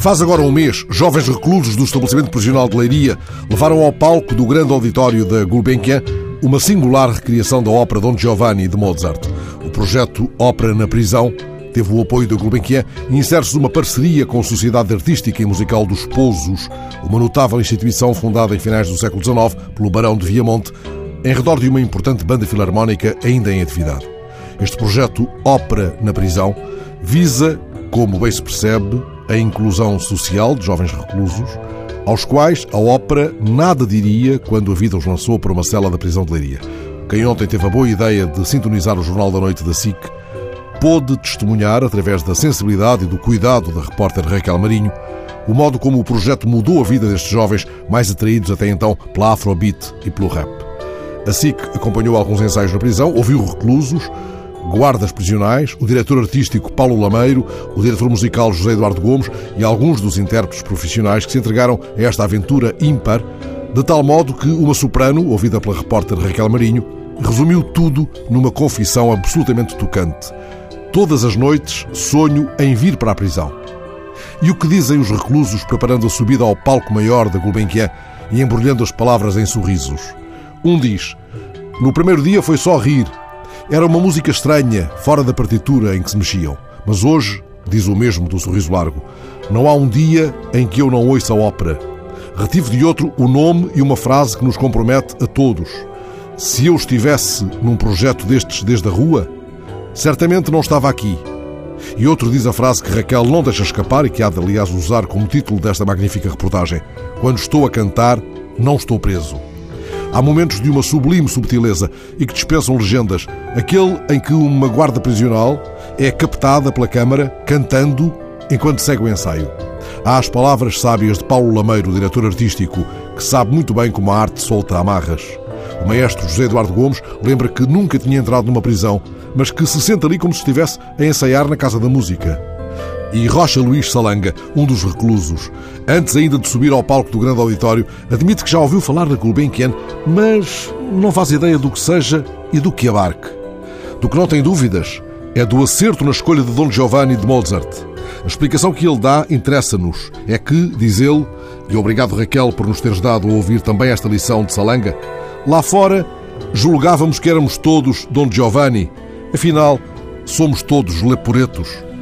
Faz agora um mês, jovens reclusos do estabelecimento prisional de Leiria levaram ao palco do grande auditório da Gulbenkian uma singular recriação da ópera Don Giovanni de Mozart. O projeto Ópera na Prisão teve o apoio da Gulbenkian e insere-se numa parceria com a Sociedade Artística e Musical dos Pousos, uma notável instituição fundada em finais do século XIX pelo Barão de Viamonte, em redor de uma importante banda filarmónica ainda em atividade. Este projeto Ópera na Prisão visa, como bem se percebe, a inclusão social de jovens reclusos, aos quais a ópera nada diria quando a vida os lançou para uma cela da prisão de Leiria. Quem ontem teve a boa ideia de sintonizar o Jornal da Noite da SIC pôde testemunhar, através da sensibilidade e do cuidado da repórter Raquel Marinho, o modo como o projeto mudou a vida destes jovens mais atraídos até então pela afrobeat e pelo rap. A SIC acompanhou alguns ensaios na prisão, ouviu reclusos, guardas prisionais, o diretor artístico Paulo Lameiro, o diretor musical José Eduardo Gomes e alguns dos intérpretes profissionais que se entregaram a esta aventura ímpar, de tal modo que uma soprano, ouvida pela repórter Raquel Marinho, resumiu tudo numa confissão absolutamente tocante. Todas as noites sonho em vir para a prisão. E o que dizem os reclusos preparando a subida ao palco maior da Gulbenkian e embrulhando as palavras em sorrisos? Um diz: no primeiro dia foi só rir. Era uma música estranha, fora da partitura em que se mexiam. Mas hoje, diz o mesmo do sorriso largo, não há um dia em que eu não ouça a ópera. Retive de outro o nome e uma frase que nos compromete a todos. Se eu estivesse num projeto destes desde a rua, certamente não estava aqui. E outro diz a frase que Raquel não deixa escapar e que há de, aliás, usar como título desta magnífica reportagem: quando estou a cantar, não estou preso. Há momentos de uma sublime subtileza e que dispensam legendas. Aquele em que uma guarda prisional é captada pela câmara cantando enquanto segue o ensaio. Há as palavras sábias de Paulo Lameiro, o diretor artístico, que sabe muito bem como a arte solta amarras. O maestro José Eduardo Gomes lembra que nunca tinha entrado numa prisão, mas que se sente ali como se estivesse a ensaiar na Casa da Música. E Rocha Luís Salanga, um dos reclusos, antes ainda de subir ao palco do grande auditório, admite que já ouviu falar da Gulbenkian, mas não faz ideia do que seja e do que abarque. Do que não tem dúvidas é do acerto na escolha de Don Giovanni de Mozart. A explicação que ele dá interessa-nos. É que, diz ele, e obrigado Raquel por nos teres dado a ouvir também esta lição de Salanga, lá fora julgávamos que éramos todos Don Giovanni, afinal somos todos leporetos.